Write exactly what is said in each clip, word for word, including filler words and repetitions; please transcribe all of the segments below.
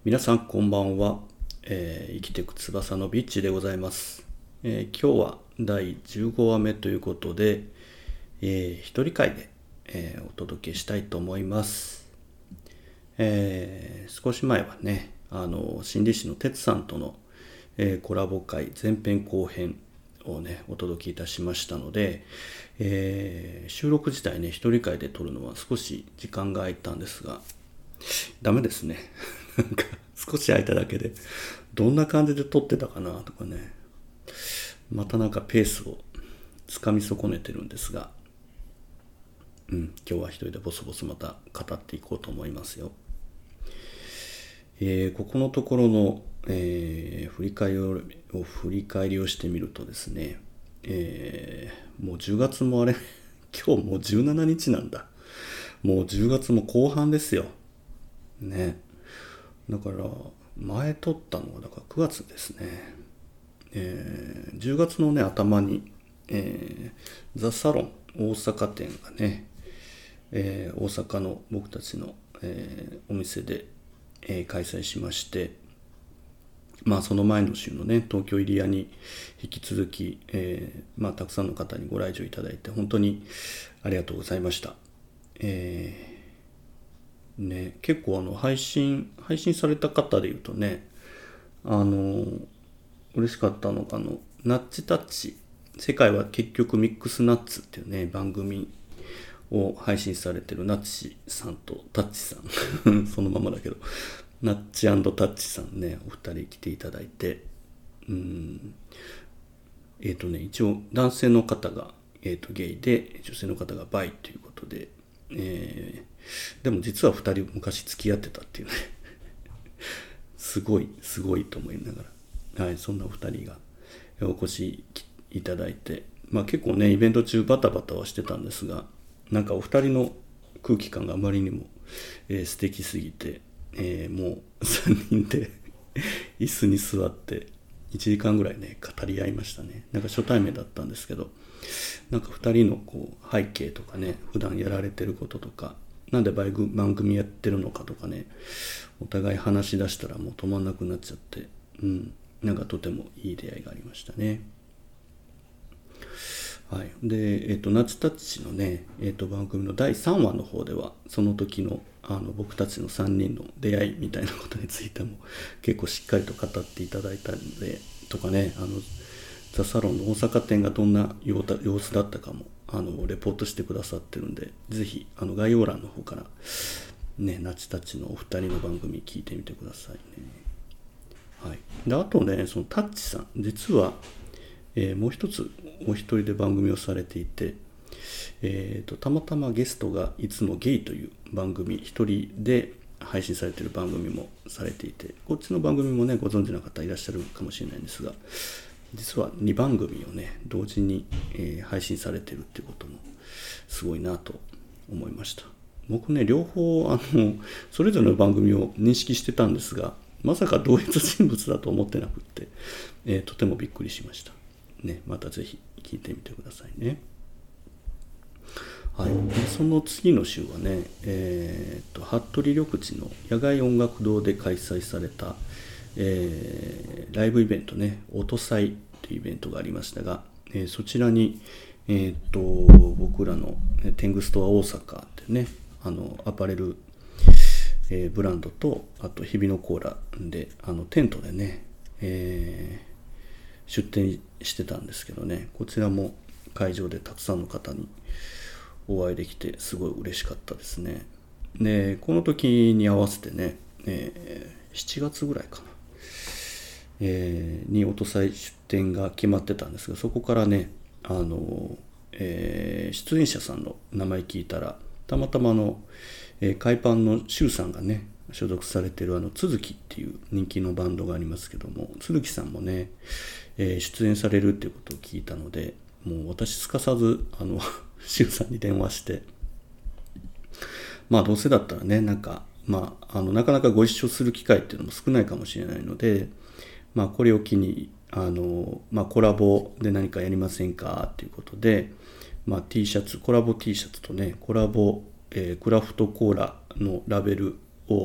皆さんこんばんは、えー生きてく翼のビッチでございます。えー今日はだいじゅうごわめということで、えー一人会で、えーお届けしたいと思います。えー少し前はね、あの心理師の哲さんとの、えーコラボ会前編後編をねお届けいたしましたので、えー収録自体ね一人会で撮るのは少し時間が空いたんですが、ダメですね。なんか少し空いただけでどんな感じで撮ってたかなとかね、またなんかペースをつかみ損ねてるんですが、うん、今日は一人でボソボソまた語っていこうと思いますよ。えーここのところの、えー振り返りを振り返りをしてみるとですね、えーもうじゅうがつもあれ今日もうじゅうしちにちなんだ。もうじゅうがつも後半ですよね。だから前撮ったのがだからくがつですね。えーじゅうがつのね頭に、えーザ・サロン大阪店がね、えー大阪の僕たちの、えーお店で、えー開催しまして、まあその前の週のね東京入谷に引き続き、えーまあたくさんの方にご来場いただいて本当にありがとうございました。えーね、結構あの配信配信された方でいうとね、あの嬉しかったのがあのナッチタッチ世界は結局ミックスナッツっていうね番組を配信されてるナッチさんとタッチさんそのままだけどナッチ&タッチさんねお二人来ていただいて、うんえっ、とね一応男性の方が、えー、とゲイで女性の方がバイということで、えーでも実は二人昔付き合ってたっていうねすごいすごいと思いながら、はい、そんなお二人がお越しいただいて、まあ結構ねイベント中バタバタはしてたんですが、なんかお二人の空気感があまりにも、えー素敵すぎて、えーもうさんにんで椅子に座っていちじかんぐらいね語り合いましたね。なんか初対面だったんですけど、なんかふたりのこう背景とかね、普段やられてることとか、なんで番組番組やってるのかとかね、お互い話し出したらもう止まんなくなっちゃって、うん、なんかとてもいい出会いがありましたね。はい、で、えっと、ナチタッチのね、えっと、番組のだいさんわの方では、その時のあの僕たちのさんにんの出会いみたいなことについても結構しっかりと語っていただいたので、とかね、あのザ・サロンの大阪店がどんな様子だったかもあのレポートしてくださってるんで、ぜひあの概要欄の方からね、ナチタッチのお二人の番組聞いてみてくださいね。はい、であとね、そのタッチさん実は、えーもう一つお一人で番組をされていて、えーとたまたまゲストがいつもゲイという番組一人で配信されている番組もされていて、こっちの番組もねご存知の方いらっしゃるかもしれないんですが、実はにばんぐみをね同時に、えー配信されているっていうこともすごいなと思いました。僕ね両方あのそれぞれの番組を認識してたんですが、まさか同一人物だと思ってなくって、えーとてもびっくりしましたね。またぜひ聞いてみてくださいね。はい、その次の週はね、えー、と服部緑地の野外音楽堂で開催された、えーライブイベントね、音祭というイベントがありましたが、えーそちらに、えー、と僕らのテングストア大阪ってね、あのアパレル、えーブランドと、あと日比野コーラであのテントでね、えー出店してたんですけどね、こちらも会場でたくさんの方にお会いできてすごい嬉しかったですね。でこの時に合わせてね、えーしちがつぐらいかな、えーに音祭出展が決まってたんですが、そこからねあの、えー出演者さんの名前聞いたら、たまたまの、えー海パンのシュウさんがね所属されているあの都築っていう人気のバンドがありますけども、都築さんもね、えー出演されるっていうことを聞いたので、もう私すかさずあのシュウさんに電話して、まあどうせだったらね、なんかまああのなかなかご一緒する機会っていうのも少ないかもしれないので、まあこれを機にあのまあコラボで何かやりませんかっていうことで、まあ T シャツコラボ T シャツとねコラボ、えークラフトコーラのラベルを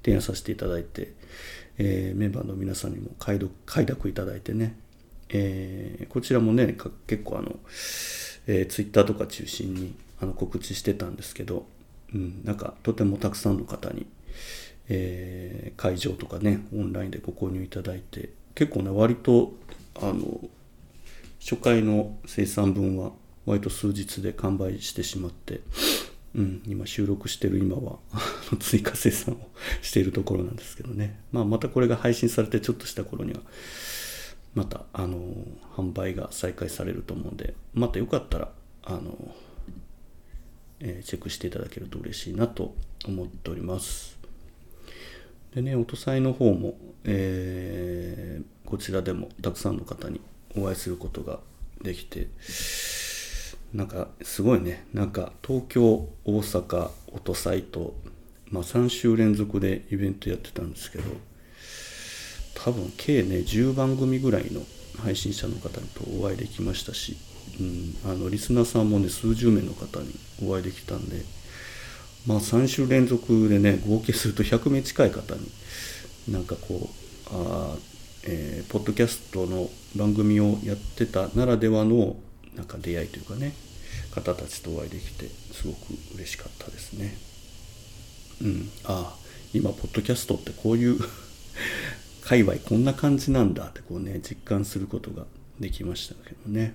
提案させていただいて、えー、メンバーの皆さんにも快読、快諾いただいてね、えー、こちらもね結構あの、えー、ツイッターとか中心にあの告知してたんですけど、うん、なんかとてもたくさんの方に、えー、会場とかねオンラインでご購入いただいて、結構ね割とあの初回の生産分は割と数日で完売してしまって、うん、今収録してる今は追加生産をしているところなんですけどね、まあ、またこれが配信されてちょっとした頃にはまたあの販売が再開されると思うんで、またよかったらあの、えー、チェックしていただけると嬉しいなと思っております。でね、音祭の方も、えー、こちらでもたくさんの方にお会いすることができて、なんかすごいね、なんか東京、大阪、音祭と、まあ、さん週連続でイベントやってたんですけど、多分計ねじゅうばん組ぐらいの配信者の方とお会いできましたし、うん、あのリスナーさんもね数十名の方にお会いできたんで、まあさん週連続でね合計するとひゃく名近い方になんかこうあ、えー、ポッドキャストの番組をやってたならではのなんか出会いというかね、方たちとお会いできてすごく嬉しかったですね。うん、ああ今ポッドキャストってこういう界隈こんな感じなんだってこうね実感することができましたけどね。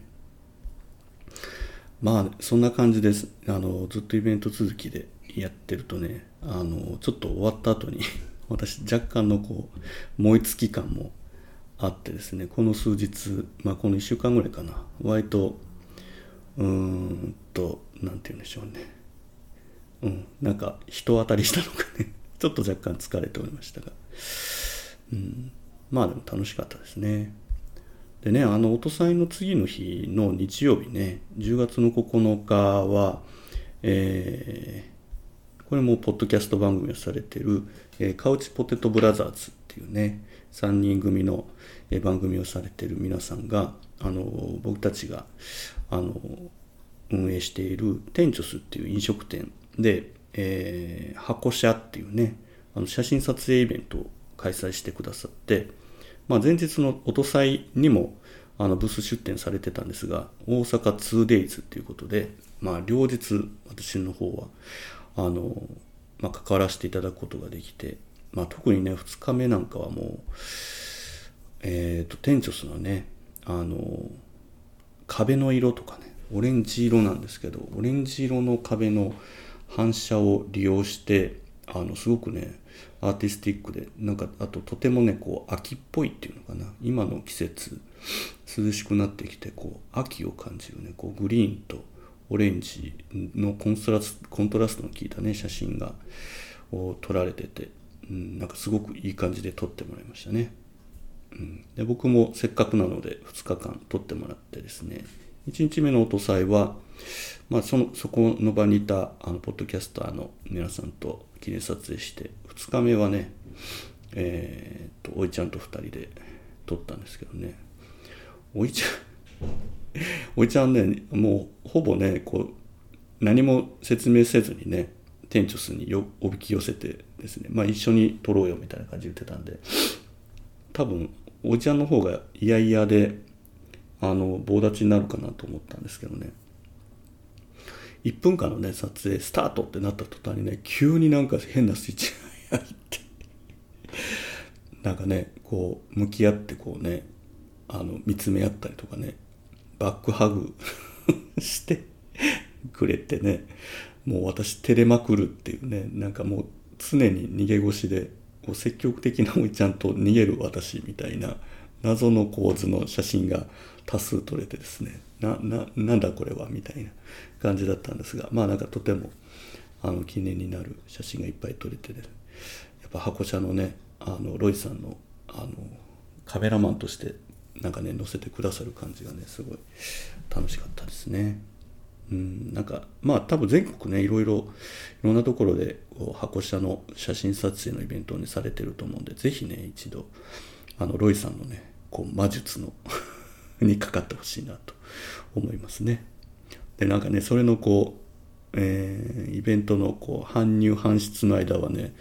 まあそんな感じです。あのずっとイベント続きでやってるとね、あのちょっと終わった後に私若干のこう燃え尽き感もあってですね、この数日、まあこのいっしゅうかんぐらいかな、割とうーんとなんて言うんでしょうね、うんなんか人当たりしたのかねちょっと若干疲れておりましたが、うん、まあでも楽しかったですね。でね、あの音祭の次の日の日曜日ね、じゅうがつのここのかは、えー、これもポッドキャスト番組をされている、えー、カウチポテトブラザーズっていうねさんにん組の番組をされている皆さんが、あの僕たちがあの運営しているテンチョスっていう飲食店で、えー、箱車っていうねあの写真撮影イベントを開催してくださって、まあ、前日の音祭にもあのブース出展されてたんですが、大阪 ツーデイズ っていうことで、まあ、両日私の方はあの、まあ、関わらせていただくことができて、まあ、特にねふつかめなんかはもうえーとテンチョスのねあの壁の色とかねオレンジ色なんですけど、オレンジ色の壁の反射を利用してあのすごくねアーティスティックで、なんかあととてもねこう秋っぽいっていうのかな、今の季節涼しくなってきてこう秋を感じるねこうグリーンとオレンジのコントラスト、コントラストの効いたね写真がを撮られてて、うん、なんかすごくいい感じで撮ってもらいましたね。うん、で僕もせっかくなのでふつかかん撮ってもらってですね、いちにちめの音祭は、まあ、そのそこの場にいたあのポッドキャスターの皆さんと記念撮影して、ふつかめはねえー、っとおいちゃんとふたりで撮ったんですけどね、おいちゃんおいちゃんねもうほぼねこう何も説明せずにねテンチョスによおびき寄せてですね、まあ一緒に撮ろうよみたいな感じで言ってたんで、多分おいちゃんの方がいやいやであの棒立ちになるかなと思ったんですけどね、いっぷんかんのね撮影スタートってなった途端にね急になんか変なスイッチが入ってなんかねこう向き合ってこうねあの見つめ合ったりとかねバックハグしてくれてね、もう私照れまくるっていうね、なんかもう常に逃げ腰でこう積極的なおいちゃんと逃げる私みたいな謎の構図の写真が多数撮れてですね、な、な、なんだこれはみたいな感じだったんですが、まあなんかとてもあの記念になる写真がいっぱい撮れて、ね、やっぱ箱車のねあのロイさんのあのカメラマンとしてなんかね載せてくださる感じがねすごい楽しかったですね。うん、なんかまあ多分全国ねいろいろいろんなところでこう箱車の写真撮影のイベントを、ね、されてると思うんで、ぜひね一度あのロイさんのねこう魔術のにかかってほしいなと思いますね。でなんかねそれのこう、えー、イベントのこう搬入搬出の間はね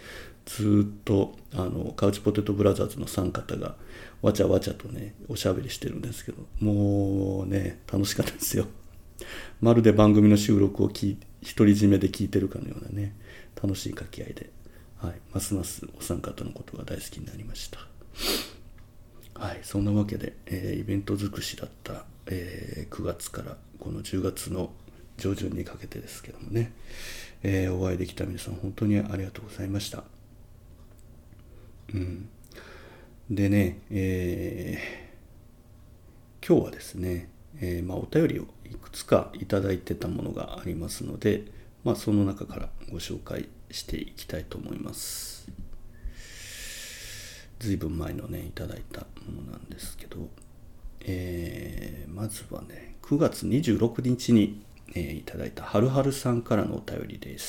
ずーっとあのカウチポテトブラザーズのさん方がわちゃわちゃとねおしゃべりしてるんですけど、もうね楽しかったですよ。まるで番組の収録をき独り占めで聞いてるかのようなね楽しい掛け合いで、はい、ますますお三方のことが大好きになりました。はい、そんなわけで、えー、イベント尽くしだった、えー、くがつからこのじゅうがつの上旬にかけてですけどもね、えー、お会いできた皆さん本当にありがとうございました。うん、でね、えー、今日はですね、えーまあ、お便りをいくつかいただいてたものがありますので、まあ、その中からご紹介していきたいと思います。ずいぶん前のねいただいたものなんですけど、えー、まずはねくがつにじゅうろくにちに、えー、いただいたはるはるさんからのお便りです。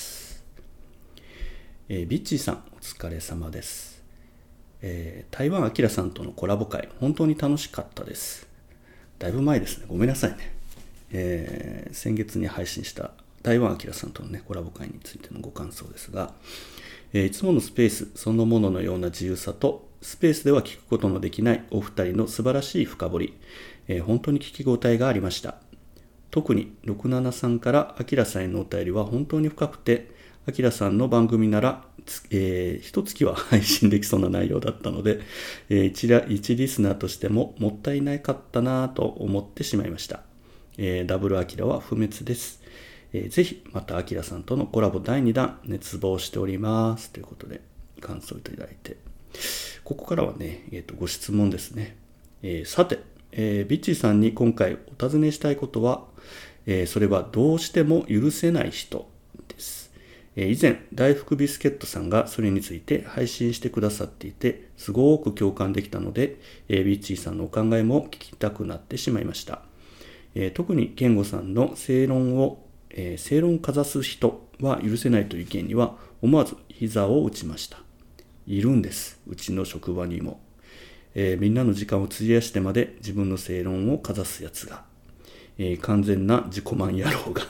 えー、ビッチーさんお疲れ様です。えー、台湾あきらさんとのコラボ会本当に楽しかったです。だいぶ前ですね、ごめんなさいね。えー、先月に配信した台湾あきらさんとのねコラボ会についてのご感想ですが、えー、いつものスペースそのもののような自由さとスペースでは聞くことのできないお二人の素晴らしい深掘り、えー、本当に聞き応えがありました。特にろくななさんからあきらさんへのお便りは本当に深くて、あきらさんの番組ならえー、一月は配信できそうな内容だったので、えー、一, ラ一リスナーとしてももったいなかったなと思ってしまいました。えー、ダブルアキラは不滅です。えー、ぜひまたアキラさんとのコラボだいにだん熱望しておりますということで感想いただいて、ここからはね、えー、とご質問ですね。えー、さて、えー、ビッチーさんに今回お尋ねしたいことは、えー、それはどうしても許せない人です。以前大福ビスケットさんがそれについて配信してくださっていて、すごく共感できたので、ビッチーさんのお考えも聞きたくなってしまいました。特に健吾さんの正論を正論をかざす人は許せないという意見には思わず膝を打ちました。いるんです、うちの職場にも。えー、みんなの時間を費やしてまで自分の正論をかざすやつが、えー、完全な自己満野郎が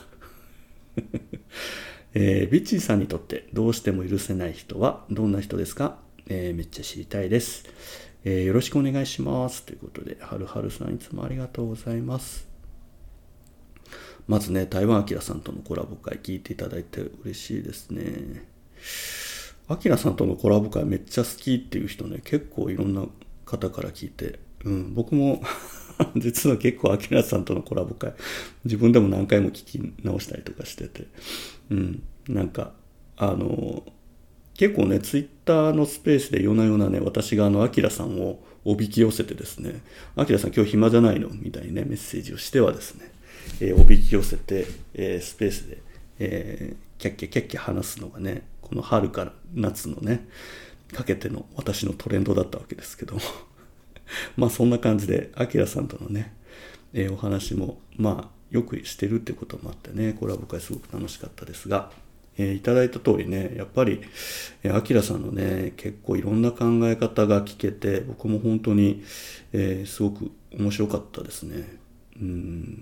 えー、ビッチーさんにとってどうしても許せない人はどんな人ですか？えー、めっちゃ知りたいです、えー。よろしくお願いしますということで、はるはるさんいつもありがとうございます。まずね、台湾あきらさんとのコラボ会聞いていただいて嬉しいですね。あきらさんとのコラボ会めっちゃ好きっていう人ね、結構いろんな方から聞いて、うん、僕も実は結構あきらさんとのコラボ会自分でも何回も聞き直したりとかしてて、うん、なんかあの結構ねツイッターのスペースで夜な夜なね、私があのあきらさんをおびき寄せてですね、あきらさん今日暇じゃないのみたいにねメッセージをしてはですね、えー、おびき寄せて、えー、スペースで、えー、キャッキャキャッキャ話すのがね、この春から夏のねかけての私のトレンドだったわけですけどもまあそんな感じであきらさんとのね、えー、お話もまあよくしてるってこともあってね、コラボ会すごく楽しかったですが、えー、いただいた通りね、やっぱりあきらさんのね結構いろんな考え方が聞けて、僕も本当に、えー、すごく面白かったですね。うん、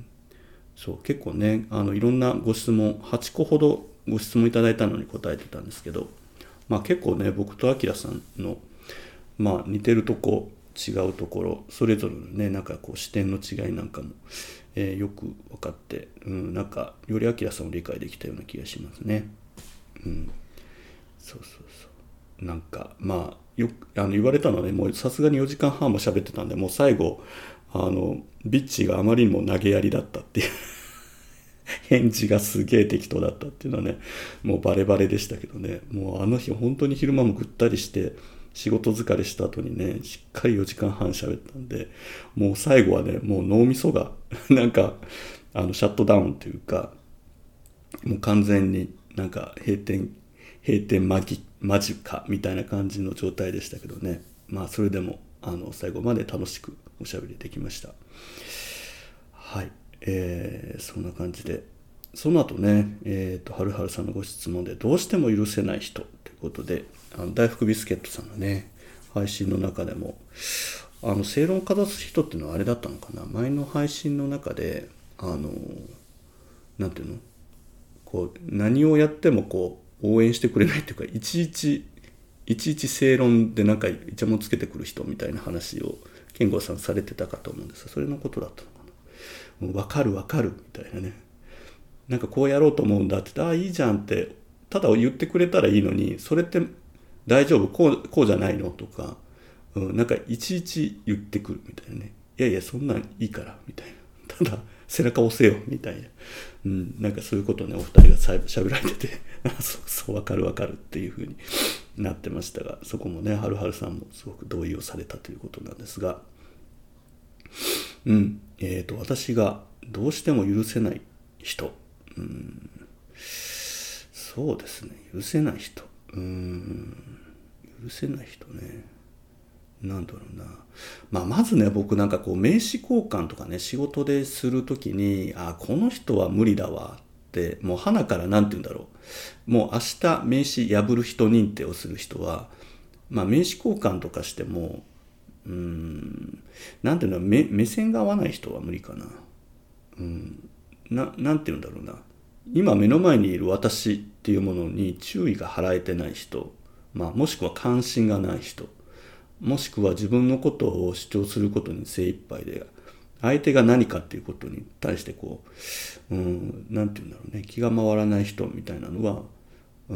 そう結構ね、あのいろんなご質問はちこほどご質問いただいたのに答えてたんですけど、まあ結構ね僕とあきらさんのまあ似てるとこ違うところそれぞれのねなんかこう視点の違いなんかも、えー、よく分かって、うん、なんかよりあきらさんを理解できたような気がしますね。うん、そうそうそう。なんかまあよくあの言われたのはね、もうさすがによじかんはんも喋ってたんで、もう最後あのビッチがあまりにも投げやりだったっていう返事がすげえ適当だったっていうのはね、もうバレバレでしたけどね、もうあの日本当に昼間もぐったりして仕事疲れした後にね、しっかりよじかんはん喋ったんで、もう最後はね、もう脳みそがなんかあのシャットダウンというか、もう完全になんか閉店閉店間近間近みたいな感じの状態でしたけどね、まあそれでもあの最後まで楽しくおしゃべりできました。はい、えー、そんな感じで、その後ね、えーと、はるはるさんのご質問でどうしても許せない人ということで、あの大福ビスケットさんのね配信の中でも、あの正論をかざす人っていうのはあれだったのかな、前の配信の中であのなんていうの、こう何をやってもこう応援してくれないっていうか、いちいちいちいち正論でなんかイチャモンつけてくる人みたいな話を健吾さんされてたかと思うんですが、それのことだったのかな。もう分かる分かるみたいなね、なんかこうやろうと思うんだって言って、ああいいじゃんってただ言ってくれたらいいのに、それって大丈夫、こうこうじゃないのとか、うん、なんかいちいち言ってくるみたいなね。いやいやそんなんいいからみたいな、ただ背中押せよみたいな、うん、なんかそういうことをねお二人がさしゃべられててそうそう分かる分かるっていう風になってましたが、そこもねはるはるさんもすごく同意をされたということなんですが、うんえーと私がどうしても許せない人、うん、そうですね、許せない人、うーん許せない人ね、なんだろうな、まあ、まずね僕なんかこう名刺交換とかね仕事でするときに、あこの人は無理だわってもう鼻からなんて言うんだろう、もう明日名刺破る人認定をする人は、まあ、名刺交換とかしてもうーんなんていうの、目目線が合わない人は無理かな。うんななんて言うんだろうな、今目の前にいる私っていうものに注意が払えてない人、まあ、もしくは関心がない人、もしくは自分のことを主張することに精一杯で、相手が何かっていうことに対してこう、うん、なんて言うんだろうね、気が回らない人みたいなのは、うん、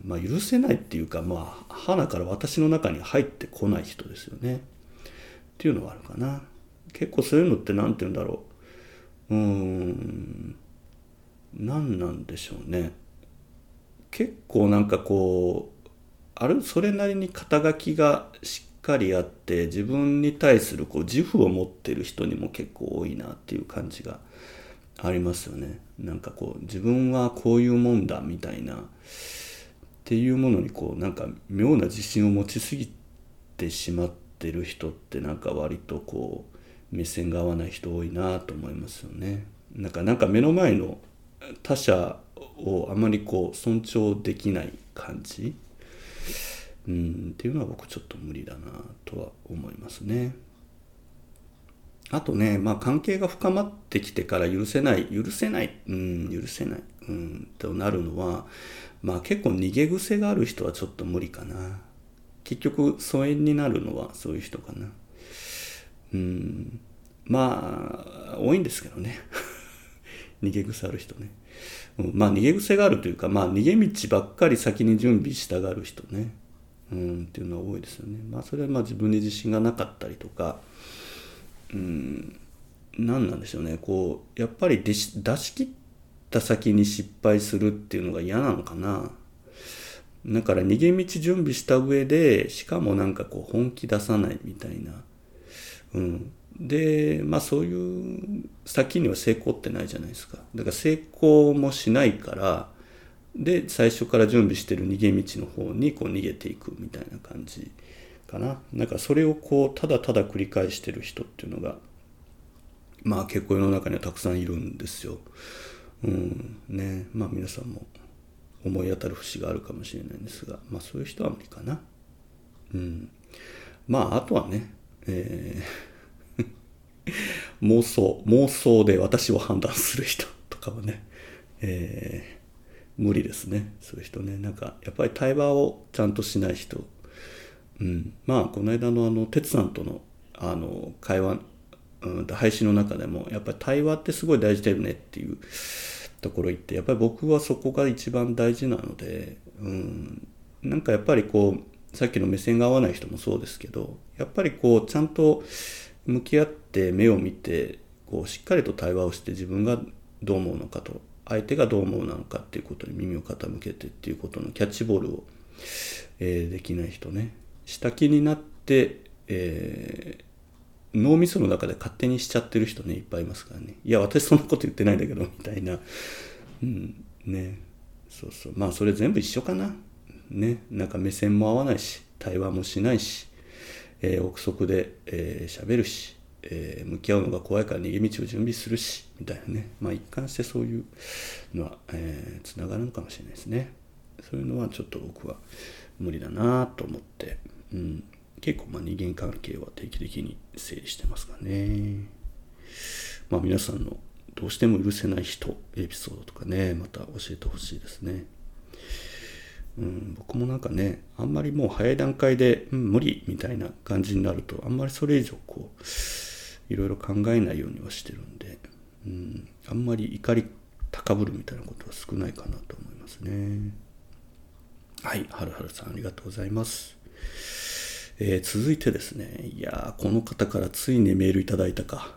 まあ許せないっていうか、まあ鼻から私の中に入ってこない人ですよね。っていうのはあるかな。結構そういうのってなんて言うんだろう、うーん、何なんでしょうね。結構なんかこうあるそれなりに肩書きがしっかりあって自分に対するこう自負を持ってる人にも結構多いなっていう感じがありますよね。なんかこう自分はこういうもんだみたいなっていうものにこうなんか妙な自信を持ちすぎてしまってる人ってなんか割とこう目線が合わない人多いなと思いますよね。なんかなんか目の前の他者をあまりこう尊重できない感じ、うんっていうのは僕ちょっと無理だなとは思いますね。あとね、まあ関係が深まってきてから許せない、許せない、うん、許せない、うん、となるのは、まあ結構逃げ癖がある人はちょっと無理かな。結局疎遠になるのはそういう人かな。うん、まあ多いんですけどね。逃げ癖ある人ね。うん、まあ逃げ癖があるというか、まあ逃げ道ばっかり先に準備したがる人ね。うんっていうのは多いですよね。まあそれはまあ自分に自信がなかったりとか、うん何なんでしょうね。こうやっぱり出し、出し切った先に失敗するっていうのが嫌なのかな。だから逃げ道準備した上でしかもなんかこう本気出さないみたいな。うん。でまあそういう先には成功ってないじゃないですか。だから成功もしないからで最初から準備してる逃げ道の方にこう逃げていくみたいな感じかな。なんかそれをこうただただ繰り返してる人っていうのがまあ結構世の中にはたくさんいるんですよ。うんね、まあ皆さんも思い当たる節があるかもしれないんですが、まあそういう人は無理かな。うん。まああとはね、えー、妄想妄想で私を判断する人とかはね、えー無理ですね。そういう人ね。なんかやっぱり対話をちゃんとしない人、うん、まあこの間のあの哲さんとのあの会話、うん、配信の中でもやっぱり対話ってすごい大事だよねっていうところ言って、やっぱり僕はそこが一番大事なので、うん、なんかやっぱりこうさっきの目線が合わない人もそうですけど、やっぱりこうちゃんと向き合って目を見てこうしっかりと対話をして自分がどう思うのかと相手がどう思うのかっていうことに耳を傾けてっていうことのキャッチボールを、えー、できない人ね。下気になって、えー、脳みその中で勝手にしちゃってる人ねいっぱいいますからね。いや私そんなこと言ってないんだけどみたいな、うんね、そうそう、まあそれ全部一緒かな。ね、なんか目線も合わないし対話もしないし、えー、憶測で、えー、喋るし。えー、向き合うのが怖いから逃げ道を準備するしみたいなね、まあ一貫してそういうのは、えー、つながるのかもしれないですね。そういうのはちょっと僕は無理だなと思って、うん、結構まあ人間関係は定期的に整理してますからね。まあ皆さんのどうしても許せない人エピソードとかねまた教えてほしいですね。 うん、僕もなんかね、あんまりもう早い段階で、うん、無理みたいな感じになると、あんまりそれ以上こういろいろ考えないようにはしてるんで、うん、あんまり怒り高ぶるみたいなことは少ないかなと思いますね。はい、はるはるさんありがとうございます。えー、続いてですね、いやーこの方からついにメールいただいたか。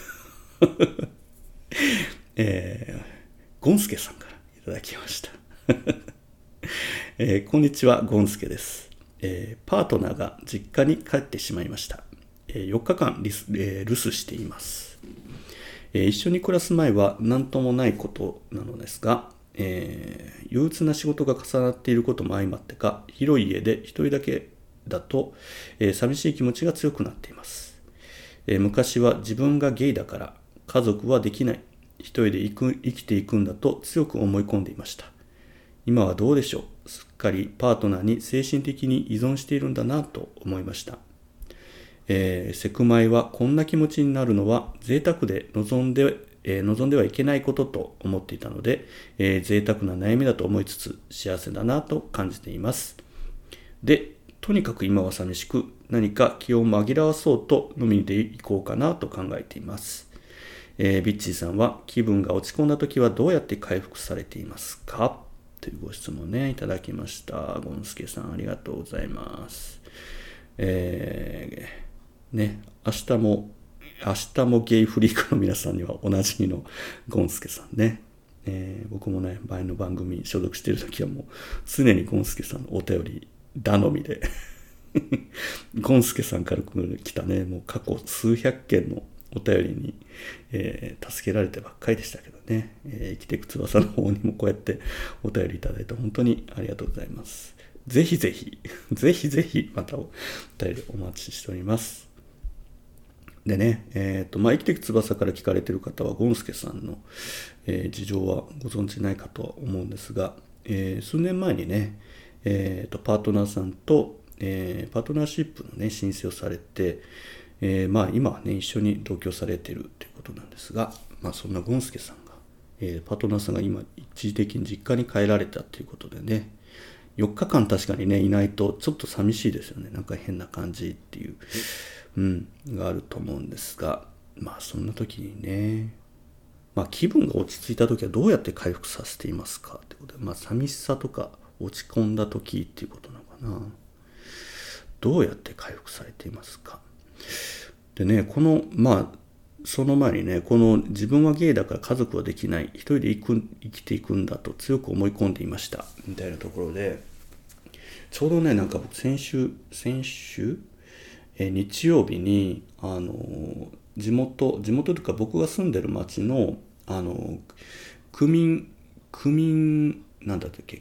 えー、ゴンスケさんからいただきました。えー、こんにちは、ゴンスケです。えー、パートナーが実家に帰ってしまいました。えー、よっかかんリス、えー、留守しています。えー、一緒に暮らす前は何ともないことなのですが、えー、憂鬱な仕事が重なっていることも相まってか、広い家で一人だけだと、えー、寂しい気持ちが強くなっています。えー、昔は自分がゲイだから家族はできない、一人で生く生きていくんだと強く思い込んでいました。今はどうでしょう。すっかりパートナーに精神的に依存しているんだなと思いました。えー、セクマイはこんな気持ちになるのは贅沢で望んで、えー、望んではいけないことと思っていたので、えー、贅沢な悩みだと思いつつ幸せだなと感じています。で、とにかく今は寂しく何か気を紛らわそうと飲みに行こうかなと考えています。えー、ビッチーさんは気分が落ち込んだ時はどうやって回復されていますかというご質問ね、いただきました。ゴンスケさんありがとうございます。えー、ね、明日も、明日もゲイフリークの皆さんにはおなじみのゴンスケさんね。えー、僕もね、前の番組所属している時はもう常にゴンスケさんのお便り頼みでゴンスケさんから来たね、もう過去数百件のお便りに、えー、助けられてばっかりでしたけどね、えー、生きていく翼の方にもこうやってお便りいただいて本当にありがとうございます。ぜひぜひ、ぜひぜひまたお便りお待ちしております。でね、えっ、ー、と、まあ、生きていく翼から聞かれている方はゴンスケさんの、えー、事情はご存知ないかとは思うんですが、えー、数年前にね、えー、とパートナーさんと、えー、パートナーシップのね申請をされて、えー、まあ今はね一緒に同居されているということなんですが、まあそんなゴンスケさんが、えー、パートナーさんが今一時的に実家に帰られたということでね、よっかかん確かにねいないとちょっと寂しいですよね。なんか変な感じっていう、うん、があると思うんですが、まあそんな時にね、まあ気分が落ち着いた時はどうやって回復させていますかってことで、まあ寂しさとか落ち込んだ時っていうことなのかな。どうやって回復されていますか。でね、このまあその前にね、この自分はゲイだから家族はできない、一人で生く生きていくんだと強く思い込んでいましたみたいなところで、ちょうどねなんか僕先週先週え日曜日にあの地元地元というか僕が住んでる町のあの区民区民なんだったっけ、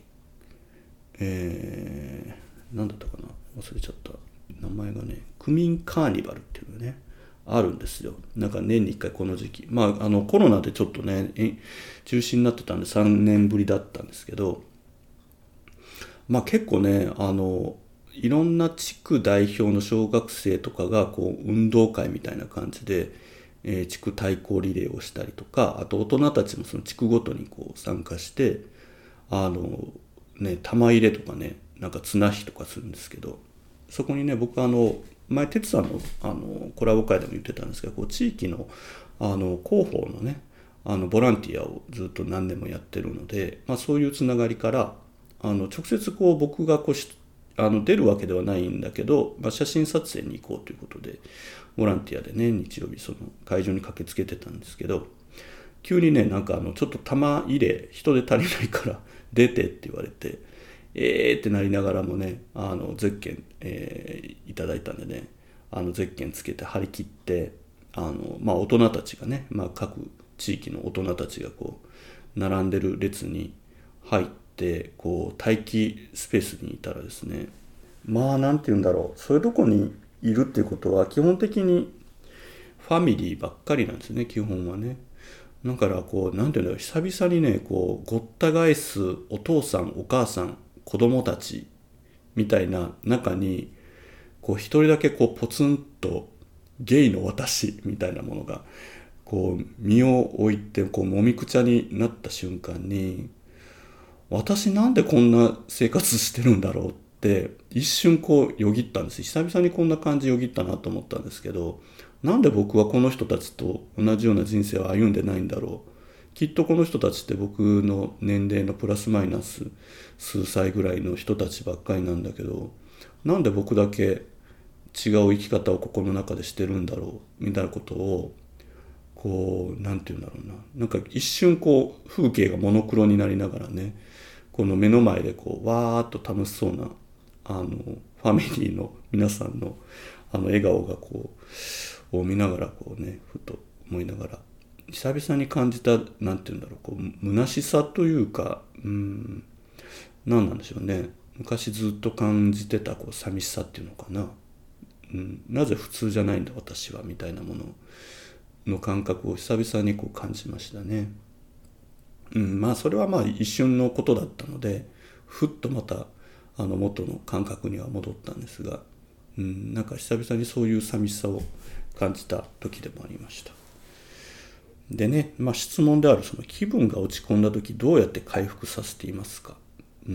えー、なんだったかな忘れちゃった名前がね、区民カーニバルっていうのがねあるんですよ。なんか年にいっかいこの時期、まああのコロナでちょっとね中止になってたんでさんねんぶりだったんですけど、まあ結構ねあのいろんな地区代表の小学生とかがこう運動会みたいな感じで、えー、地区対抗リレーをしたりとか、あと大人たちもその地区ごとにこう参加して、あのね玉入れとかね、なんか綱引きとかするんですけど、そこにね僕あの前哲さんのあのコラボ会でも言ってたんですけど、こう地域のあの広報のねあのボランティアをずっと何年もやってるので、まあ、そういうつながりからあの直接こう僕がこうあの出るわけではないんだけど、まあ、写真撮影に行こうということでボランティアでね日曜日その会場に駆けつけてたんですけど、急にねなんかあのちょっと玉入れ人で足りないから出てって言われて、えーってなりながらもねあのゼッケン、えー、いただいたんでね、あのゼッケンつけて張り切って、あのまあ大人たちがね、まあ、各地域の大人たちがこう並んでる列に入ってでこう待機スペースにいたらですね、まあなんて言うんだろう、そういうとこにいるっていうことは基本的にファミリーばっかりなんですね、基本はね。だからこうなんて言うんだろう、久々にねこうごった返すお父さんお母さん子供たちみたいな中にこう一人だけこうポツンとゲイの私みたいなものがこう身を置いてこうもみくちゃになった瞬間に、 私なんでこんな生活してるんだろうって一瞬こうよぎったんです。久々にこんな感じよぎったなと思ったんですけど、なんで僕はこの人たちと同じような人生を歩んでないんだろう。きっとこの人たちって僕の年齢のプラスマイナス数歳ぐらいの人たちばっかりなんだけど、なんで僕だけ違う生き方を心の中でしてるんだろうみたいなことをこうなんていうんだろうな、なんか一瞬こう風景がモノクロになりながらね、この目の前でこうわーっと楽しそうなあのファミリーの皆さんのあの笑顔がこうを見ながらこうね、ふと思いながら久々に感じた、なんていうんだろう、こう虚しさというか、うん、何なんでしょうね。昔ずっと感じてたこう寂しさっていうのかな、うん、なぜ普通じゃないんだ私はみたいなものの感覚を久々にこう感じましたね。うん、まあそれはまあ一瞬のことだったので、ふっとまたあの元の感覚には戻ったんですが、うん、なんか久々にそういう寂しさを感じた時でもありました。でね、まあ質問であるその気分が落ち込んだ時どうやって回復させていますか。うん、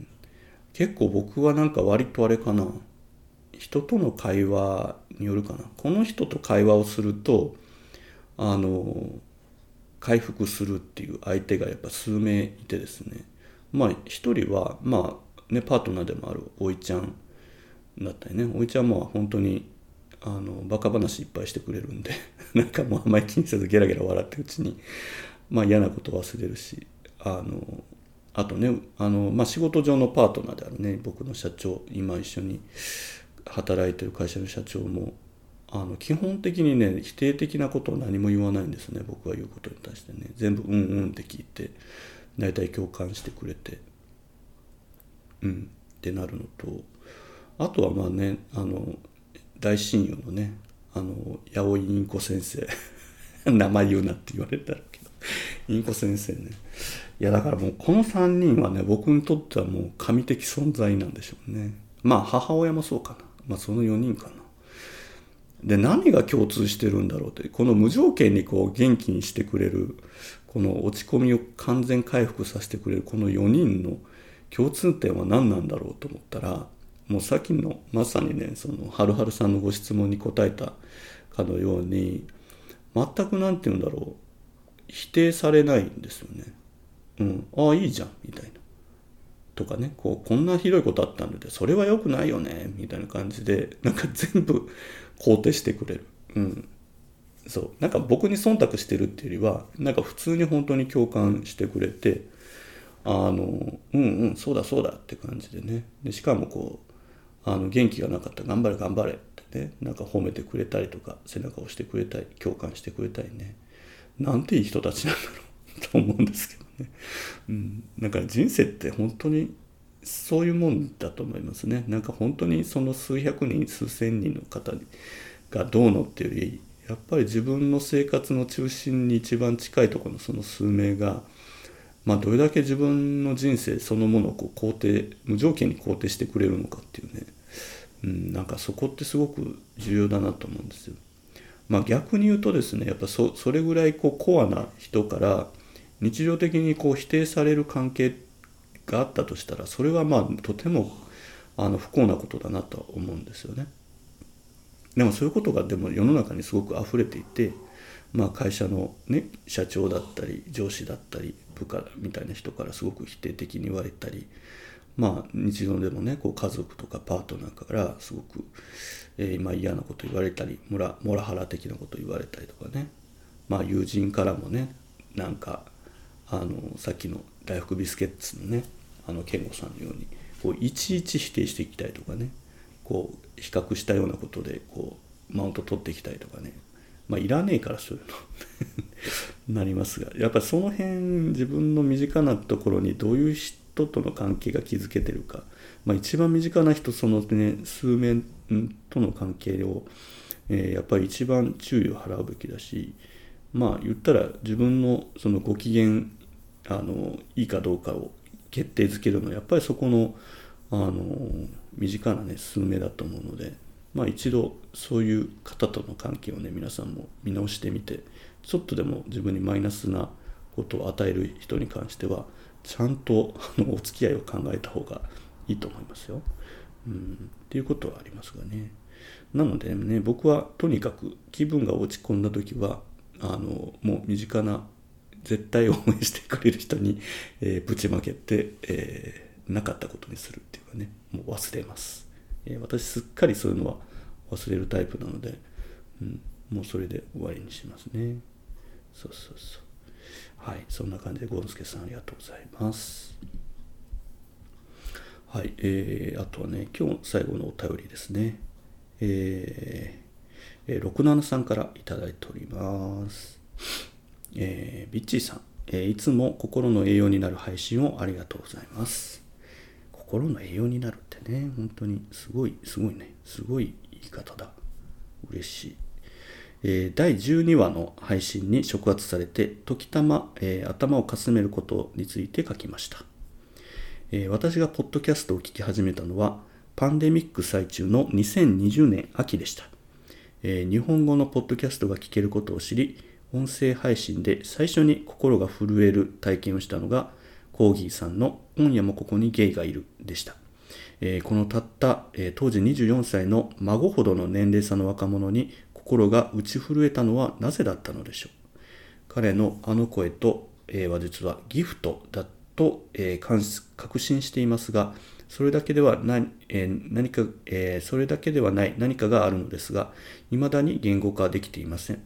結構僕はなんか割とあれかな、人との会話によるかな。この人と会話をするとあの回復するっていう相手がやっぱ数名いてですね、まあ一人はまあねパートナーでもあるおいちゃんだったりね、おいちゃんも本当にあのバカ話いっぱいしてくれるんでなんかもうあんまり気にせずゲラゲラ笑ってるうちにまあ嫌なこと忘れるし、あのあとねあの、まあ、仕事上のパートナーであるね僕の社長、今一緒に働いてる会社の社長もあの基本的にね否定的なことを何も言わないんですね。僕が言うことに対してね全部うんうんって聞いて大体共感してくれてうんってなるのと、あとはまあねあの大親友のねあの八尾インコ先生名前言うなって言われたらけどインコ先生ね、いやだからもうこのさんにんはね僕にとってはもう神的存在なんでしょうね。まあ母親もそうかな、まあそのよにんかな。で何が共通してるんだろうって、この無条件にこう元気にしてくれる、この落ち込みを完全回復させてくれるこのよにんの共通点は何なんだろうと思ったら、もうさっきのまさにねそのはるはるさんのご質問に答えたかのように、全くなんて言うんだろう、否定されないんですよね。うん、ああいいじゃんみたいなとかね、こうこんなひどいことあったんでそれは良くないよねみたいな感じでなんか全部肯定してくれる。うん、そうなんか僕に忖度してるっていうよりはなんか普通に本当に共感してくれて、あのうんうんそうだそうだって感じでね、でしかもこうあの元気がなかったら頑張れ頑張れってね、なんか褒めてくれたりとか背中を押してくれたり共感してくれたりね、なんていい人たちなんだろうと思うんですけどね。うん、なんか人生って本当にそういうもんだと思いますね。なんか本当にその数百人数千人の方がどうのっていうより、やっぱり自分の生活の中心に一番近いところのその数名が、まあ、どれだけ自分の人生そのものをこう肯定無条件に肯定してくれるのかっていうね、うん、なんかそこってすごく重要だなと思うんですよ。まあ、逆に言うとですね、やっぱ そ, それぐらいこうコアな人から日常的にこう否定される関係があったとしたら、それはまあとてもあの不幸なことだなとは思うんですよね。でもそういうことがでも世の中にすごく溢れていて、まあ、会社の、ね、社長だったり上司だったり部下みたいな人からすごく否定的に言われたり、まあ日常でもねこう家族とかパートナーからすごく、えー、まあ嫌なこと言われたりモラ、モラハラ的なこと言われたりとかね、まあ友人からもねなんかあのさっきの大福ビスケッツのねあの健吾さんのようにこういちいち否定していきたいとかね、こう比較したようなことでこうマウント取っていきたいとかね、まあいらねえからそういうのなりますが、やっぱりその辺自分の身近なところにどういう人との関係が築けてるか、まあ、一番身近な人そのね数面との関係を、えー、やっぱり一番注意を払うべきだし、まあ言ったら自分のそのご機嫌あのいいかどうかを決定づけるのはやっぱりそこのあの身近なね数名だと思うので、まあ一度そういう方との関係をね皆さんも見直してみて、ちょっとでも自分にマイナスなことを与える人に関してはちゃんとあのお付き合いを考えた方がいいと思いますよ。うん、っていうことはありますがね。なのでね、僕はとにかく気分が落ち込んだ時はあのもう身近な絶対応援してくれる人に、えー、ぶちまけて、えー、なかったことにするっていうかね、もう忘れます。えー、私すっかりそういうのは忘れるタイプなので、うん、もうそれで終わりにしますね。そうそうそう。はい、そんな感じでゴンスケさんありがとうございます。はい、えー、あとはね、今日最後のお便りですね。えー、ろくななさんからいただいております。えー、ビッチーさん、えー、いつも心の栄養になる配信をありがとうございます。心の栄養になるってね、本当にすごい、すごいね、すごい言い方だ。嬉しい。えー、だいじゅうにわの配信に触発されて、時たま、えー、頭をかすめることについて書きました。えー、私がポッドキャストを聞き始めたのは、パンデミック最中のにせんにじゅうねん秋でした。えー、日本語のポッドキャストが聞けることを知り、音声配信で最初に心が震える体験をしたのが、コーギーさんの今夜もここにゲイがいるでした。えー、このたった、えー、当時にじゅうよんさいの孫ほどの年齢差の若者に心が打ち震えたのはなぜだったのでしょう。彼のあの声と、えー、話術はギフトだと、えー、確信していますが、それだけではない、えー、何か、えー、それだけではない何かがあるのですが、未だに言語化できていません。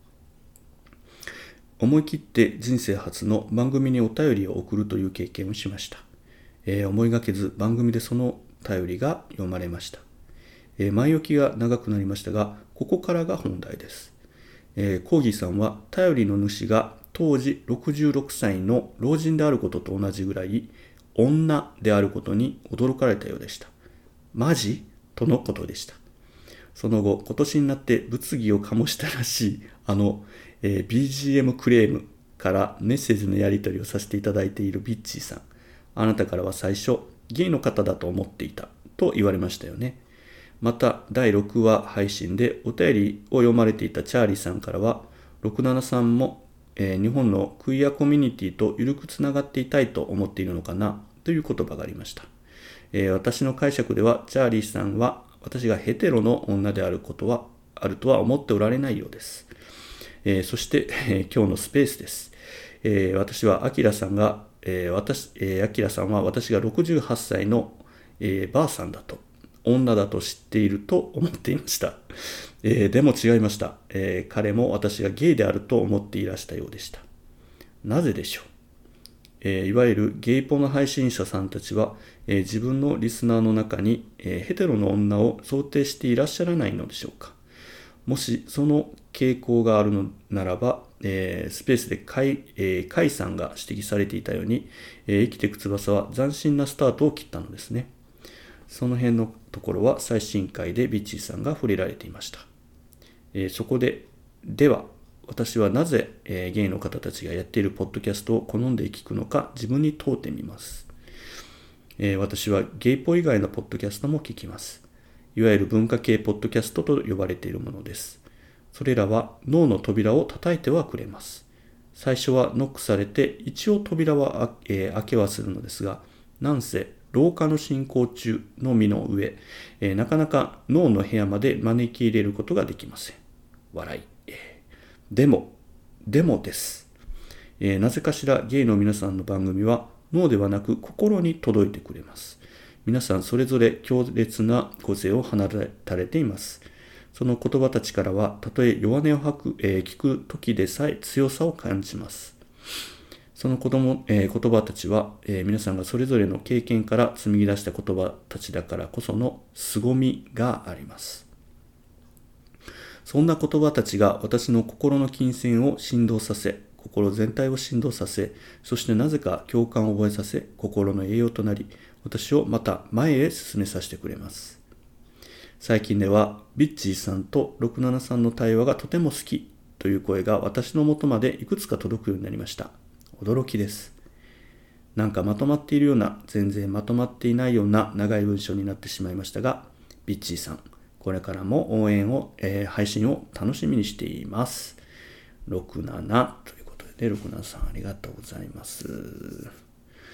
思い切って人生初の番組にお便りを送るという経験をしました。えー、思いがけず番組でその便りが読まれました。えー、前置きが長くなりましたが、ここからが本題です。えー、コーギーさんは便りの主が当時ろくじゅうろくさいの老人であることと同じぐらい女であることに驚かれたようでした。マジ？とのことでした。その後、今年になって物議を醸したらしいあの、えー、ビージーエム クレームからメッセージのやり取りをさせていただいているビッチーさん。あなたからは最初、ゲイの方だと思っていたと言われましたよね。また、だいろくわ配信でお便りを読まれていたチャーリーさんからは、ろくななさんも、えー、日本のクイアコミュニティと緩くつながっていたいと思っているのかなという言葉がありました。えー、私の解釈では、チャーリーさんは私がヘテロの女であることはあるとは思っておられないようです。えー、そして、えー、今日のスペースです。えー、私はアキラさんが、えー、私、えー、アキラさんは私がろくじゅうはっさいの、えー、ばあさんだと、女だと知っていると思っていました。えー、でも違いました、えー。彼も私がゲイであると思っていらしたようでした。なぜでしょう。えー、いわゆるゲイポの配信者さんたちは、えー、自分のリスナーの中に、えー、ヘテロの女を想定していらっしゃらないのでしょうか。もしその傾向があるのならば、えー、スペースでカイ、えー、カイさんが指摘されていたように、えー、生きていく翼は斬新なスタートを切ったのですね。その辺のところは最新回でビッチーさんが触れられていました。えー、そこで、では、私はなぜ、えー、ゲイの方たちがやっているポッドキャストを好んで聞くのか自分に問うてみます。えー、私はゲイポ以外のポッドキャストも聞きます。いわゆる文化系ポッドキャストと呼ばれているものです。それらは脳の扉を叩いてはくれます。最初はノックされて一応扉は、えー、開けはするのですが、なんせ老化の進行中のみの上、えー、なかなか脳の部屋まで招き入れることができません。笑い。でも、でもです、えー。なぜかしらゲイの皆さんの番組は脳ではなく心に届いてくれます。皆さんそれぞれ強烈な個性を放たれています。その言葉たちからは、たとえ弱音を吐く、えー、聞く時でさえ強さを感じます。その子供、えー、言葉たちは、えー、皆さんがそれぞれの経験から紡ぎ出した言葉たちだからこその凄みがあります。そんな言葉たちが私の心の琴線を振動させ、心全体を振動させ、そしてなぜか共感を覚えさせ、心の栄養となり、私をまた前へ進めさせてくれます。最近では、ビッチーさんとろくななさんの対話がとても好きという声が私の元までいくつか届くようになりました。驚きです。なんかまとまっているような、全然まとまっていないような長い文章になってしまいましたが、ビッチーさん、これからも応援を、えー、配信を楽しみにしています。ろくななということで、ね、ろくななさんありがとうございます。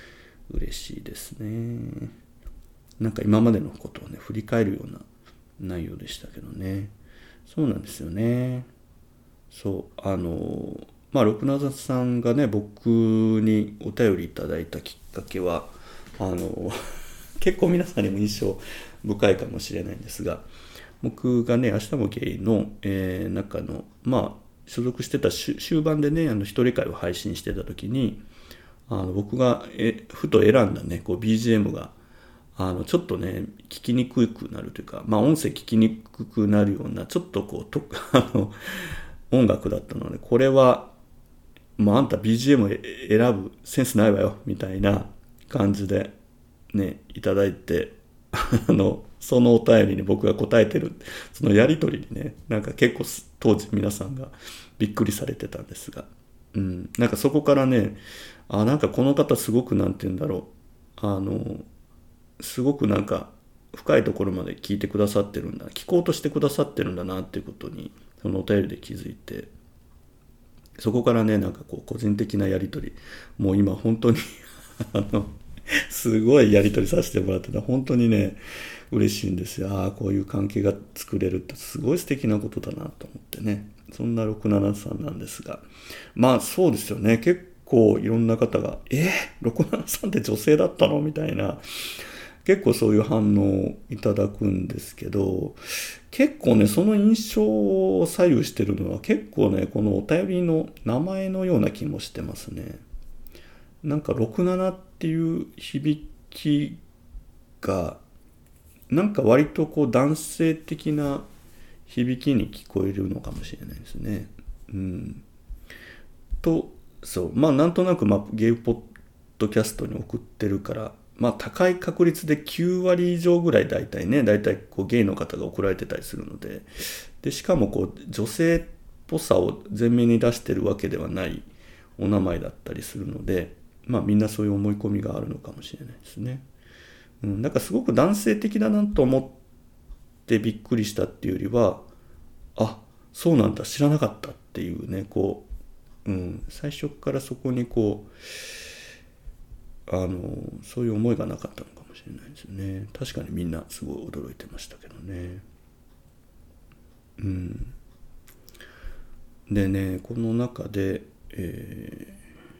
嬉しいですね。なんか今までのことをね振り返るような内容でしたけどね。そうなんですよね。そうあのまあ六七さんがね僕にお便りいただいたきっかけはあの結構皆さんにも印象深いかもしれないんですが、僕がね明日もゲイの、えー、中のまあ所属してた終盤でねあの一人会を配信してた時にあの僕がえふと選んだねこう ビージーエム があのちょっとね聞きにくくなるというか、まあ音声聞きにくくなるようなちょっとこうとあの音楽だったので、これはもうあんた ビージーエム 選ぶセンスないわよみたいな感じでねいただいて、あのそのお便りに僕が答えてるそのやり取りにねなんか結構当時皆さんがびっくりされてたんですが、うん、なんかそこからねあなんかこの方すごくなんて言うんだろうあのすごくなんか深いところまで聞いてくださってるんだ聞こうとしてくださってるんだなっていうことにそのお便りで気づいて、そこからねなんかこう個人的なやり取りもう今本当にあのすごいやり取りさせてもらってた本当にね嬉しいんですよ。ああこういう関係が作れるってすごい素敵なことだなと思ってね、そんなろくななさんなんですが、まあそうですよね、結構いろんな方がえー、ろくななさんって女性だったのみたいな結構そういう反応をいただくんですけど、結構ねその印象を左右してるのは結構ねこのお便りの名前のような気もしてますね。なんかろくななっていう響きがなんか割とこう男性的な響きに聞こえるのかもしれないですね。うん。とそうまあなんとなく、まあ、ゲイポッドキャストに送ってるからまあ高い確率できゅうわり以上ぐらい大体ね大体こうゲイの方が送られてたりするので、でしかもこう女性っぽさを前面に出してるわけではないお名前だったりするので、まあみんなそういう思い込みがあるのかもしれないですね。うん、なんかすごく男性的だなと思ってびっくりしたっていうよりは、あそうなんだ知らなかったっていうねこう、うん、最初からそこにこうあのそういう思いがなかったのかもしれないですよね。確かにみんなすごい驚いてましたけどね。うん。でねこの中で、え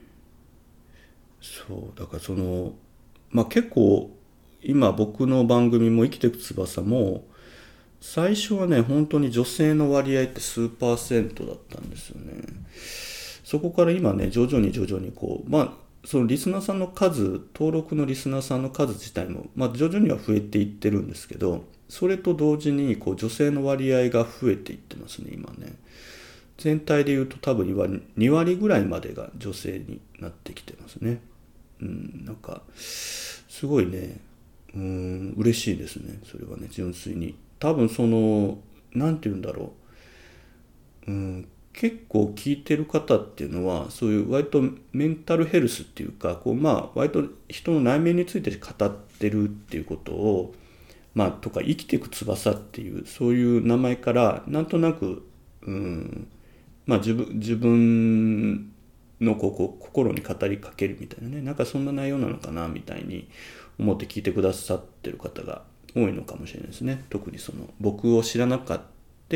ー、そうだからそのまあ結構今僕の番組も生きてく翼も最初はね本当に女性の割合って数パーセントだったんですよね。そこから今ね徐々に徐々にこうまあそのリスナーさんの数登録のリスナーさんの数自体も、まあ、徐々には増えていってるんですけど、それと同時にこう女性の割合が増えていってますね今ね。全体でいうと多分にわりぐらいまでが女性になってきてますね。うん、なんかすごいね、うん、嬉しいですねそれはね純粋に。多分そのなんて言うんだろう、うん、結構聞いてる方っていうのはそういう割とメンタルヘルスっていうかこうまあ割と人の内面について語ってるっていうことをまあとか生きていく翼っていうそういう名前からなんとなく、うん、まあ自分自分のここ心に語りかけるみたいなねなんかそんな内容なのかなみたいに思って聞いてくださってる方が多いのかもしれないですね。特にその僕を知らなかった、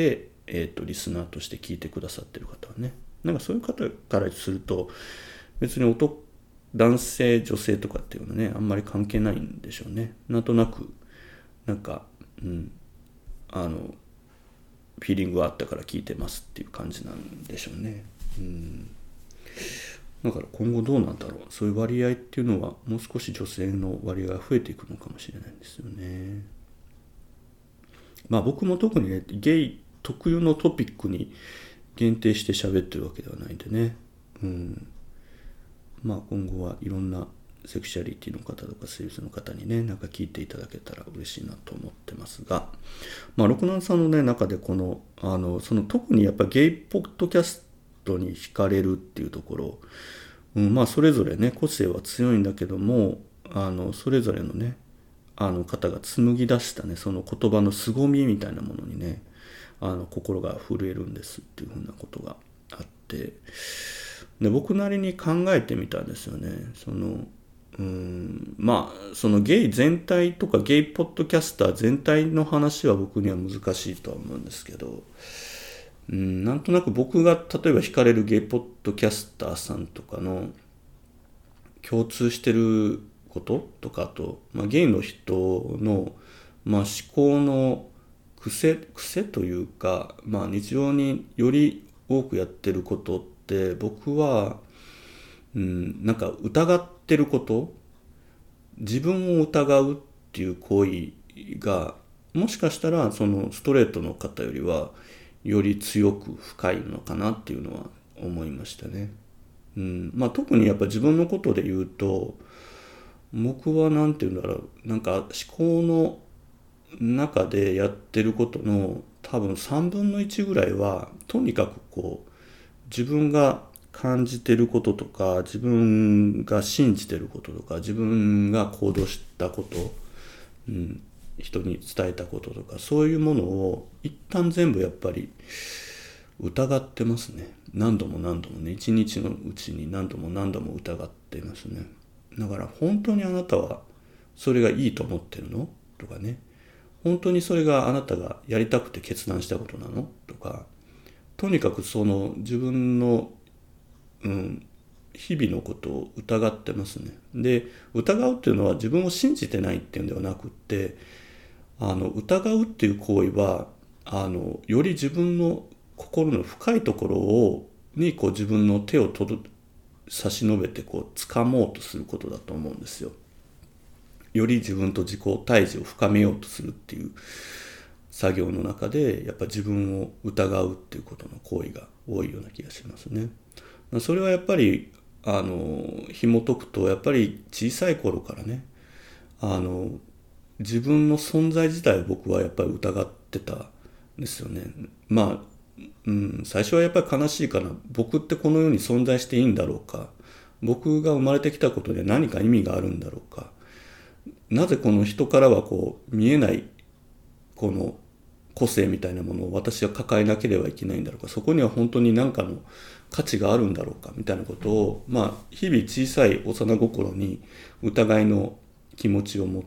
えーと、リスナーとして聞いてくださってる方はねなんかそういう方からすると別に男男性女性とかっていうのはねあんまり関係ないんでしょうね。なんとなくなんかうんあのフィーリングがあったから聞いてますっていう感じなんでしょうね。うんだから今後どうなんだろう、そういう割合っていうのはもう少し女性の割合が増えていくのかもしれないんですよね。まあ僕も特にねゲイ特有のトピックに限定して喋ってるわけではないんでね、うん、まあ今後はいろんなセクシャリティの方とかセールスの方にねなんか聞いていただけたら嬉しいなと思ってますが、まあ六男さんのね中でこのあのその特にやっぱゲイポッドキャストに惹かれるっていうところ、うん、まあそれぞれね個性は強いんだけどもあのそれぞれのねあの方が紡ぎ出したねその言葉の凄みみたいなものにねあの心が震えるんですっていうふうなことがあって、で僕なりに考えてみたんですよね。そのううん、まあそのゲイ全体とかゲイポッドキャスター全体の話は僕には難しいとは思うんですけど、うん、なんとなく僕が例えば惹かれるゲイポッドキャスターさんとかの共通してることとか、あと、まあ、ゲイの人の、まあ、思考の癖癖というか、まあ、日常により多くやってることって僕は、うん、なんか疑ってること、自分を疑うっていう行為がもしかしたらそのストレートの方よりはより強く深いのかなっていうのは思いましたね。うんまあ、特にやっぱ自分のことで言うと、僕はなんていうんだろう、なんか思考の中でやってることの多分さんぶんのいちぐらいはとにかくこう自分が感じてることとか、自分が信じてることとか、自分が行動したこと、うん、人に伝えたこととか、そういうものを一旦全部やっぱり疑ってますね。何度も何度もね、一日のうちに何度も何度も疑っていますね。だから本当にあなたはそれがいいと思ってるのとかね、本当にそれがあなたがやりたくて決断したことなのとか、とにかくその自分の、うん、日々のことを疑ってますね。で、疑うっていうのは自分を信じてないっていうんではなくって、あの疑うっていう行為はあのより自分の心の深いところをにこう自分の手をとど差し伸べてこう掴もうとすることだと思うんですよ。より自分と自己対峙を深めようとするっていう作業の中で、やっぱ自分を疑うっていうことの行為が多いような気がしますね。それはやっぱりあの紐解くと、やっぱり小さい頃からね、あの自分の存在自体を僕はやっぱり疑ってたんですよね。まあ、うん、最初はやっぱり悲しいかな。僕ってこの世に存在していいんだろうか。僕が生まれてきたことで何か意味があるんだろうか。なぜこの人からはこう見えないこの個性みたいなものを私は抱えなければいけないんだろうか。そこには本当に何かの価値があるんだろうかみたいなことを、まあ日々小さい幼心に疑いの気持ちを持って、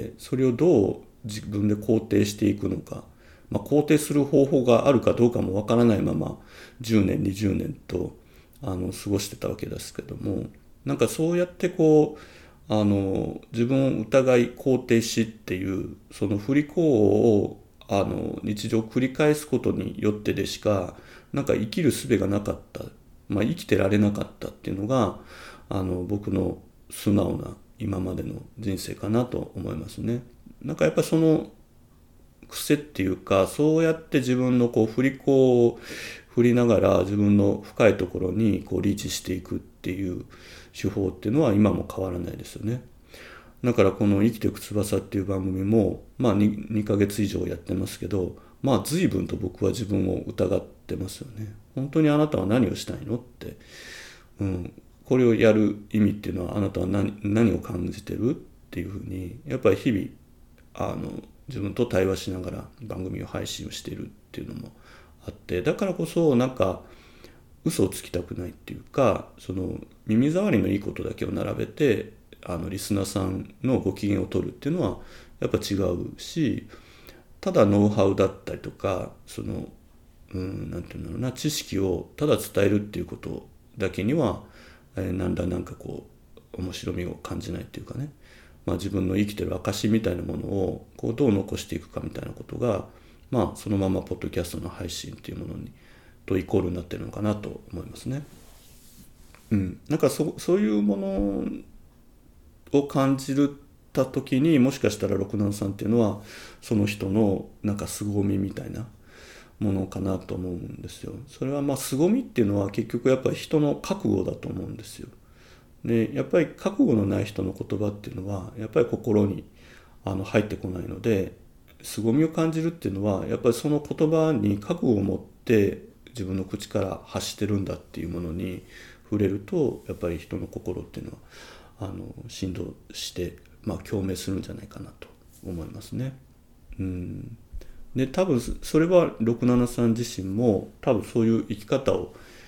それをどう自分で肯定していくのか、まあ、肯定する方法があるかどうかもわからないままじゅうねんにじゅうねんとあの過ごしてたわけですけども、なんかそうやってこうあの自分を疑い肯定しっていうその不利行をあの日常を繰り返すことによってでしかなんか生きる術がなかった、まあ、生きてられなかったっていうのがあの僕の素直な今までの人生かなと思いますね。なんかやっぱりその癖っていうか、そうやって自分のこう振り子を振りながら自分の深いところにこうリーチしていくっていう手法っていうのは今も変わらないですよね。だからこの「生きていく翼」っていう番組もまあ 2, 2ヶ月以上やってますけど、まあ随分と僕は自分を疑ってますよね。本当にあなたは何をしたいのって、うん、これをやる意味っていうのはあなたは 何, 何を感じてるっていうふうにやっぱり日々あの自分と対話しながら番組を配信をしているっていうのもあって、だからこそなんか嘘をつきたくないっていうか、その耳障りのいいことだけを並べてあのリスナーさんのご機嫌を取るっていうのはやっぱ違うし、ただノウハウだったりとかそのうんなんていうんだろうな、知識をただ伝えるっていうことだけには、えー、なんだなんかこう面白みを感じないっていうかね、まあ、自分の生きてる証みたいなものをこうどう残していくかみたいなことが、まあ、そのままポッドキャストの配信っていうものにとイコールになってるのかなと思いますね。うん、なんか そ, そういうものを感じるた時にもしかしたら六男さんっていうのはその人のなんか凄みみたいなものかなと思うんですよ。それはまあ凄みっていうのは結局やっぱり人の覚悟だと思うんですよ。でやっぱり覚悟のない人の言葉っていうのはやっぱり心にあの入ってこないので、凄みを感じるっていうのはやっぱりその言葉に覚悟を持って自分の口から発してるんだっていうものに触れると、やっぱり人の心っていうのはあの振動して、まあ、共鳴するんじゃないかなと思いますね。うんで多分それはろくななさん自身も多分そういう生き方を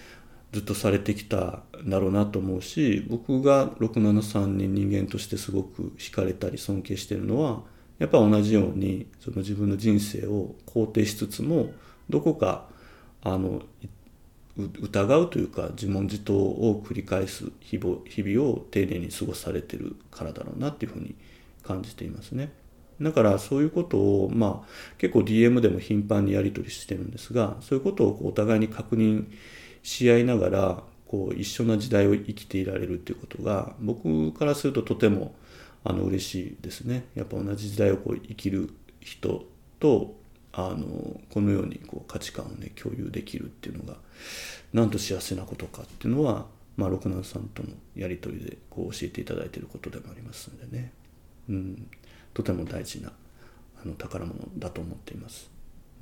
ずっとされてきたんだろうなと思うし、僕がろくななさんに人間としてすごく惹かれたり尊敬してるのは、やっぱ同じようにその自分の人生を肯定しつつも、どこかあの疑うというか自問自答を繰り返す日々を丁寧に過ごされてるからだろうなっていうふうに感じていますね。だからそういうことを、まあ、結構 ディーエム でも頻繁にやり取りしてるんですが、そういうことをこうお互いに確認し合いながらこう一緒な時代を生きていられるっていうことが、僕からするととてもあの嬉しいですね。やっぱ同じ時代をこう生きる人とあのこのようにこう価値観をね共有できるっていうのがなんと幸せなことかっていうのは、まあ、六男さんとのやり取りでこう教えていただいていることでもありますのでね、うん、とても大事なあの宝物だと思っています。うん、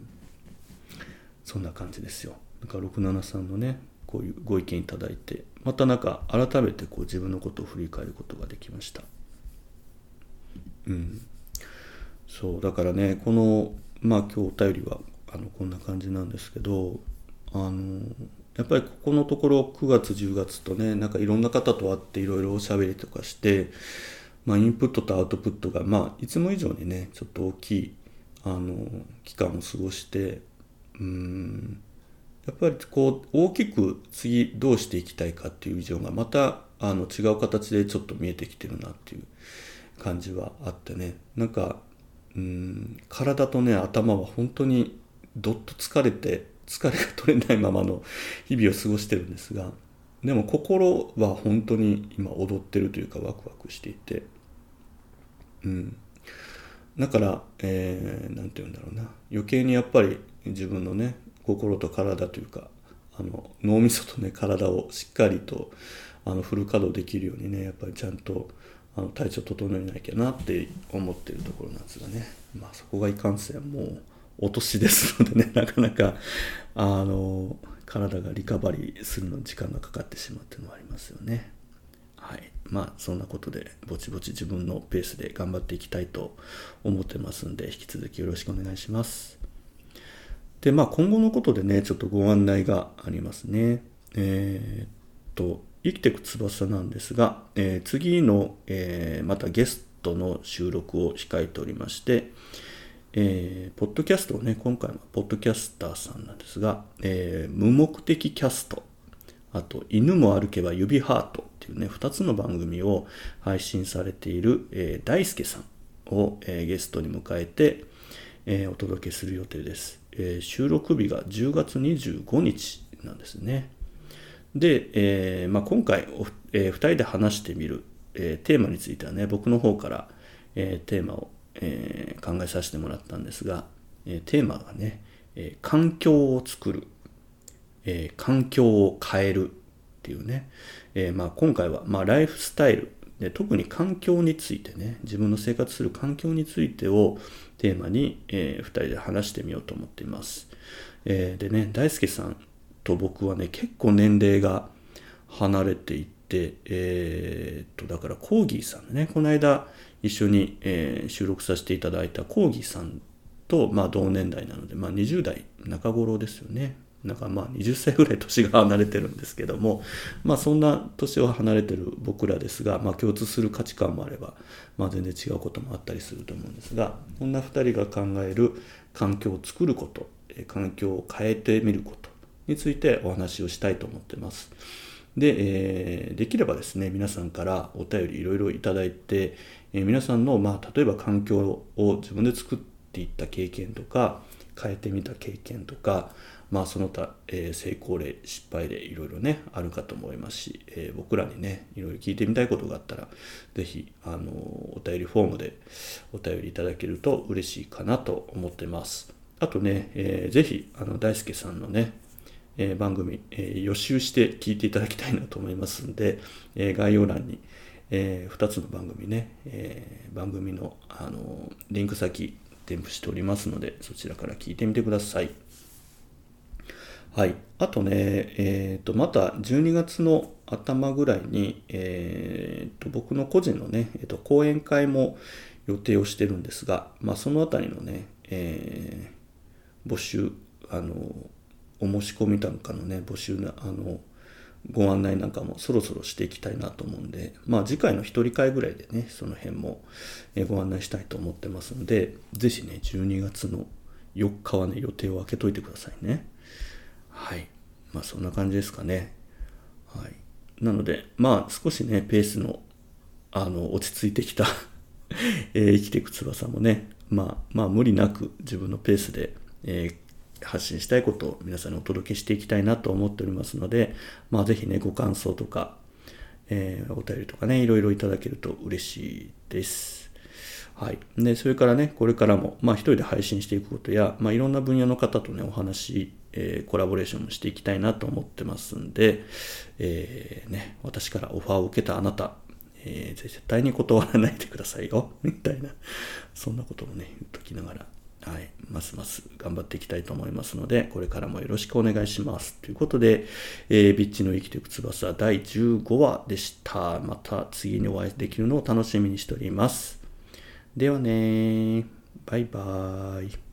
そんな感じですよ。だから六七さんのねこういうご意見いただいて、またなんか改めてこう自分のことを振り返ることができました。うん、そうだからね、このまあ今日お便りはあのこんな感じなんですけど、あのやっぱりここのところくがつじゅうがつとね、なんかいろんな方と会っていろいろおしゃべりとかして、まあ、インプットとアウトプットが、まあ、いつも以上にねちょっと大きいあの期間を過ごして、うーんやっぱりこう大きく次どうしていきたいかっていうビジョンがまたあの違う形でちょっと見えてきてるなっていう感じはあってね、なんかうーん体とね頭は本当にどっと疲れて疲れが取れないままの日々を過ごしてるんですが、でも心は本当に今踊ってるというかワクワクしていて、うん、だから、えー、なんて言うんだろうな、余計にやっぱり自分のね心と体というかあの脳みそとね体をしっかりとあのフル稼働できるようにね、やっぱりちゃんとあの体調整えなきゃなって思ってるところなんですがね、まあそこがいかんせんもうお年ですのでね、なかなかあの体がリカバリーするのに時間がかかってしまうっていうのはありますよね。はい、まあそんなことでぼちぼち自分のペースで頑張っていきたいと思ってますんで、引き続きよろしくお願いします。でまあ今後のことでねちょっとご案内がありますね。えー、っと生きてく翼なんですが、えー、次の、えー、またゲストの収録を控えておりまして、えー、ポッドキャストをね今回はポッドキャスターさんなんですが、えー、無目的キャスト、あと犬も歩けば指ハートっていうねふたつの番組を配信されている、えー、大輔さんを、えー、ゲストに迎えて、えー、お届けする予定です。えー、収録日がじゅうがつにじゅうごにちなんですね。で、えーまあ、今回お、えー、ふたりで話してみる、えー、テーマについてはね僕の方から、えー、テーマを、えー、考えさせてもらったんですが、えー、テーマがね、えー、環境を作る、えー、環境を変えるっていうね、えーまあ、今回は、まあ、ライフスタイルで特に環境についてね、自分の生活する環境についてをテーマに、えー、ふたりで話してみようと思っています。えー、でね大輔さんと僕はね結構年齢が離れていて、えー、っとだからコーギーさんね、この間一緒に、えー、収録させていただいたコーギーさんと、まあ、同年代なので、まあ、にじゅうだいなか頃ですよね。なんかまあはたちぐらい年が離れてるんですけども、まあそんな年を離れてる僕らですが、まあ共通する価値観もあれば、まあ全然違うこともあったりすると思うんですが、こんなふたりが考える環境を作ること、環境を変えてみることについてお話をしたいと思ってます。で、えー、できればですね、皆さんからお便りいろいろいただいて、えー、皆さんの、まあ例えば環境を自分で作っていった経験とか、変えてみた経験とか、まあその他、えー、成功例失敗例いろいろねあるかと思いますし、えー、僕らにねいろいろ聞いてみたいことがあったらぜひあのお便りフォームでお便りいただけると嬉しいかなと思ってます。あとね、えー、ぜひあの大輔さんのね、えー、番組、えー、予習して聞いていただきたいなと思いますんで、えー、概要欄に、えー、ふたつの番組ね、えー、番組の、あのリンク先添付しておりますのでそちらから聞いてみてください。はい、あとね、えー、とまたじゅうにがつの頭ぐらいに、えー、と僕の個人のね、えー、と講演会も予定をしてるんですが、まあ、そのあたりのね、えー、募集あのお申し込みなんかのね募集なあのご案内なんかもそろそろしていきたいなと思うんで、まあ次回の一人会ぐらいでねその辺もご案内したいと思ってますので、ぜひねじゅうにがつのよっかはね予定を空けといてくださいね。はい、まあそんな感じですかね。はい、なのでまあ少しねペースのあの落ち着いてきた、えー、生きていく翼もね、まあまあ無理なく自分のペースで、えー発信したいことを皆さんにお届けしていきたいなと思っておりますので、まあぜひねご感想とか、えー、お便りとかねいろいろいただけると嬉しいです。はい。でそれからねこれからもまあ一人で配信していくことや、まあいろんな分野の方とねお話、えー、コラボレーションもしていきたいなと思ってますんで、えー、ね私からオファーを受けたあなた、えー、絶対に断らないでくださいよみたいな、そんなことをね言っときながら。はい、ますます頑張っていきたいと思いますので、これからもよろしくお願いします。ということで、えー、ビッチの生きていく翼だいじゅうごわでした。また次にお会いできるのを楽しみにしております。ではね、バイバーイ。